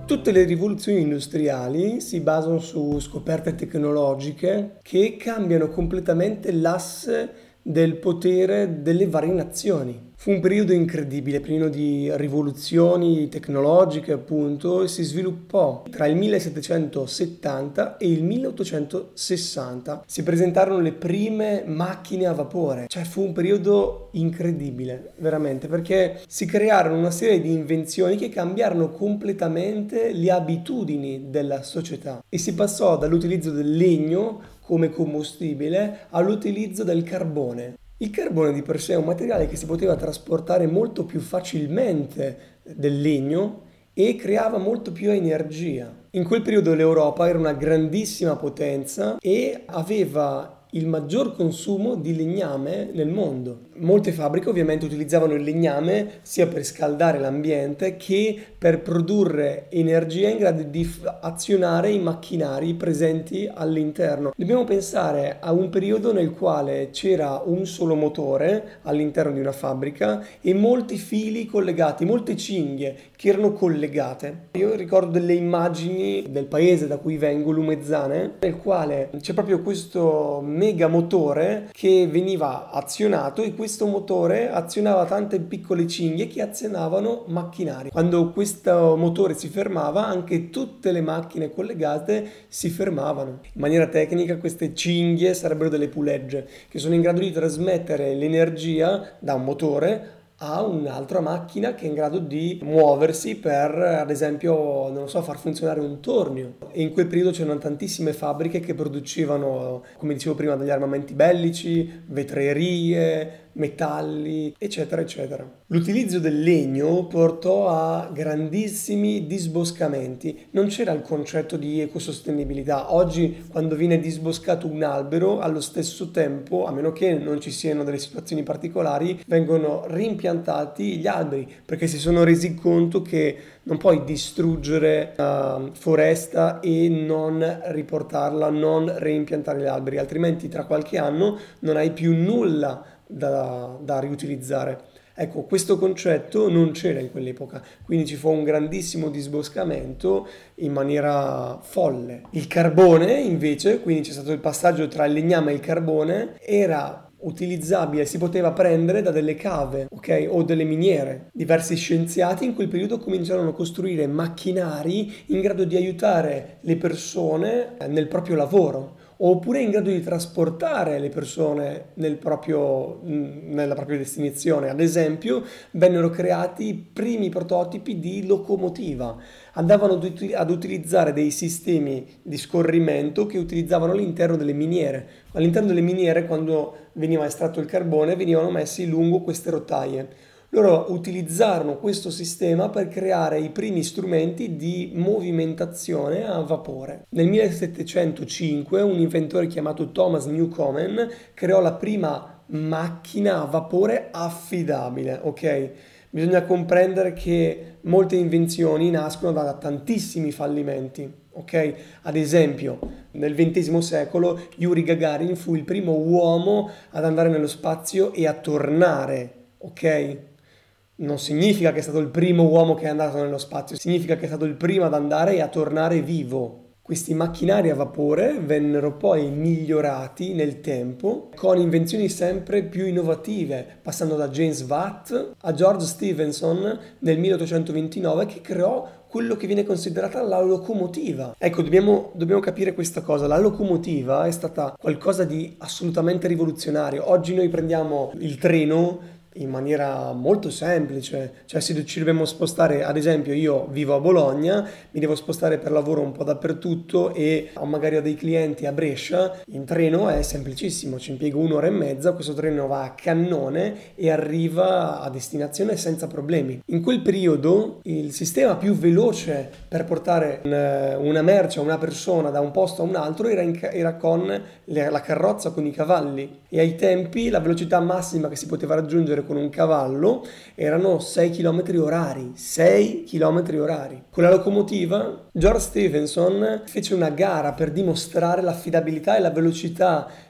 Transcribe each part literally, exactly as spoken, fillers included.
Tutte le rivoluzioni industriali si basano su scoperte tecnologiche che cambiano completamente l'asse del potere delle varie nazioni. Fu un periodo incredibile, pieno di rivoluzioni tecnologiche, appunto, e si sviluppò tra il millesettecentosettanta e il milleottocentosessanta. Si presentarono le prime macchine a vapore, cioè fu un periodo incredibile, veramente, perché si crearono una serie di invenzioni che cambiarono completamente le abitudini della società e si passò dall'utilizzo del legno come combustibile all'utilizzo del carbone. Il carbone di per sé è un materiale che si poteva trasportare molto più facilmente del legno e creava molto più energia. In quel periodo l'Europa era una grandissima potenza e aveva il maggior consumo di legname nel mondo. Molte fabbriche ovviamente utilizzavano il legname sia per scaldare l'ambiente che per produrre energia in grado di azionare i macchinari presenti all'interno. Dobbiamo pensare a un periodo nel quale c'era un solo motore all'interno di una fabbrica e molti fili collegati, molte cinghie che erano collegate. Io ricordo delle immagini del paese da cui vengo, Lumezzane, nel quale c'è proprio questo mega motore che veniva azionato e questo motore azionava tante piccole cinghie che azionavano macchinari. Quando questo motore si fermava, anche tutte le macchine collegate si fermavano. In maniera tecnica queste cinghie sarebbero delle pulegge che sono in grado di trasmettere l'energia da un motore a un'altra macchina che è in grado di muoversi per, ad esempio, non lo so, far funzionare un tornio. E in quel periodo c'erano tantissime fabbriche che producevano, come dicevo prima, degli armamenti bellici, vetrerie, metalli, eccetera, eccetera. L'utilizzo del legno portò a grandissimi disboscamenti. Non c'era il concetto di ecosostenibilità. Oggi, quando viene disboscato un albero, allo stesso tempo, a meno che non ci siano delle situazioni particolari, vengono rimpiantati gli alberi, perché si sono resi conto che non puoi distruggere la foresta e non riportarla, non reimpiantare gli alberi, altrimenti tra qualche anno non hai più nulla da, da riutilizzare. Ecco, questo concetto non c'era in quell'epoca, quindi ci fu un grandissimo disboscamento in maniera folle. Il carbone, invece, quindi c'è stato il passaggio tra il legname e il carbone, era utilizzabile, si poteva prendere da delle cave, ok? O delle miniere. Diversi scienziati in quel periodo cominciarono a costruire macchinari in grado di aiutare le persone nel proprio lavoro, oppure in grado di trasportare le persone nel proprio, nella propria destinazione. Ad esempio, vennero creati i primi prototipi di locomotiva. Andavano ad utilizzare dei sistemi di scorrimento che utilizzavano all'interno delle miniere. All'interno delle miniere, quando veniva estratto il carbone, venivano messi lungo queste rotaie. Loro utilizzarono questo sistema per creare i primi strumenti di movimentazione a vapore. Nel millesettecentocinque un inventore chiamato Thomas Newcomen creò la prima macchina a vapore affidabile, ok? Bisogna comprendere che molte invenzioni nascono da tantissimi fallimenti, ok? Ad esempio, nel ventesimo secolo Yuri Gagarin fu il primo uomo ad andare nello spazio e a tornare, ok? Non significa che è stato il primo uomo che è andato nello spazio, significa che è stato il primo ad andare e a tornare vivo. Questi macchinari a vapore vennero poi migliorati nel tempo con invenzioni sempre più innovative, passando da James Watt a George Stephenson nel milleottocentoventinove che creò quello che viene considerata la locomotiva. Ecco, dobbiamo, dobbiamo capire questa cosa. La locomotiva è stata qualcosa di assolutamente rivoluzionario. Oggi noi prendiamo il treno in maniera molto semplice, cioè se ci dobbiamo spostare, ad esempio io vivo a Bologna, mi devo spostare per lavoro un po' dappertutto e magari ho dei clienti a Brescia, in treno è semplicissimo, ci impiego un'ora e mezza, questo treno va a cannone e arriva a destinazione senza problemi. In quel periodo il sistema più veloce per portare una merce, una persona da un posto a un altro era, in, era con la carrozza, con i cavalli, e ai tempi la velocità massima che si poteva raggiungere con un cavallo erano sei chilometri orari, sei chilometri orari. Con la locomotiva George Stephenson fece una gara per dimostrare l'affidabilità e la velocità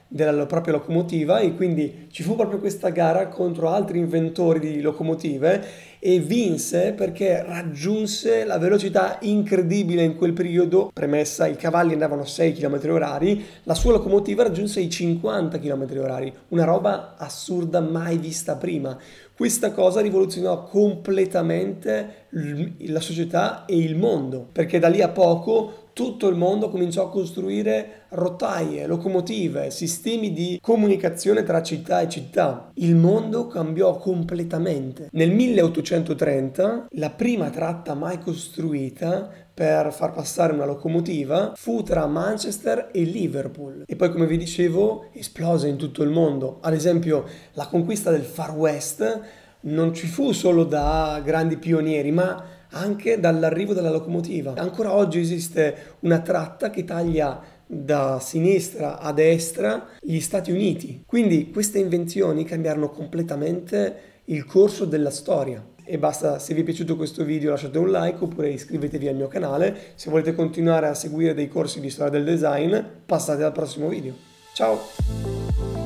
della propria locomotiva e quindi ci fu proprio questa gara contro altri inventori di locomotive e vinse perché raggiunse la velocità incredibile in quel periodo. Premessa, i cavalli andavano a sei chilometri orari, la sua locomotiva raggiunse i cinquanta chilometri orari, una roba assurda mai vista prima. Questa cosa rivoluzionò completamente la società e il mondo, perché da lì a poco tutto il mondo cominciò a costruire rotaie, locomotive, sistemi di comunicazione tra città e città. Il mondo cambiò completamente. Nel milleottocentotrenta, la prima tratta mai costruita per far passare una locomotiva fu tra Manchester e Liverpool. E poi, come vi dicevo, esplose in tutto il mondo. Ad esempio, la conquista del Far West non ci fu solo da grandi pionieri, ma anche dall'arrivo della locomotiva. Ancora oggi esiste una tratta che taglia da sinistra a destra gli Stati Uniti. Quindi queste invenzioni cambiarono completamente il corso della storia. E basta, se vi è piaciuto questo video lasciate un like oppure iscrivetevi al mio canale. Se volete continuare a seguire dei corsi di storia del design, passate al prossimo video. Ciao!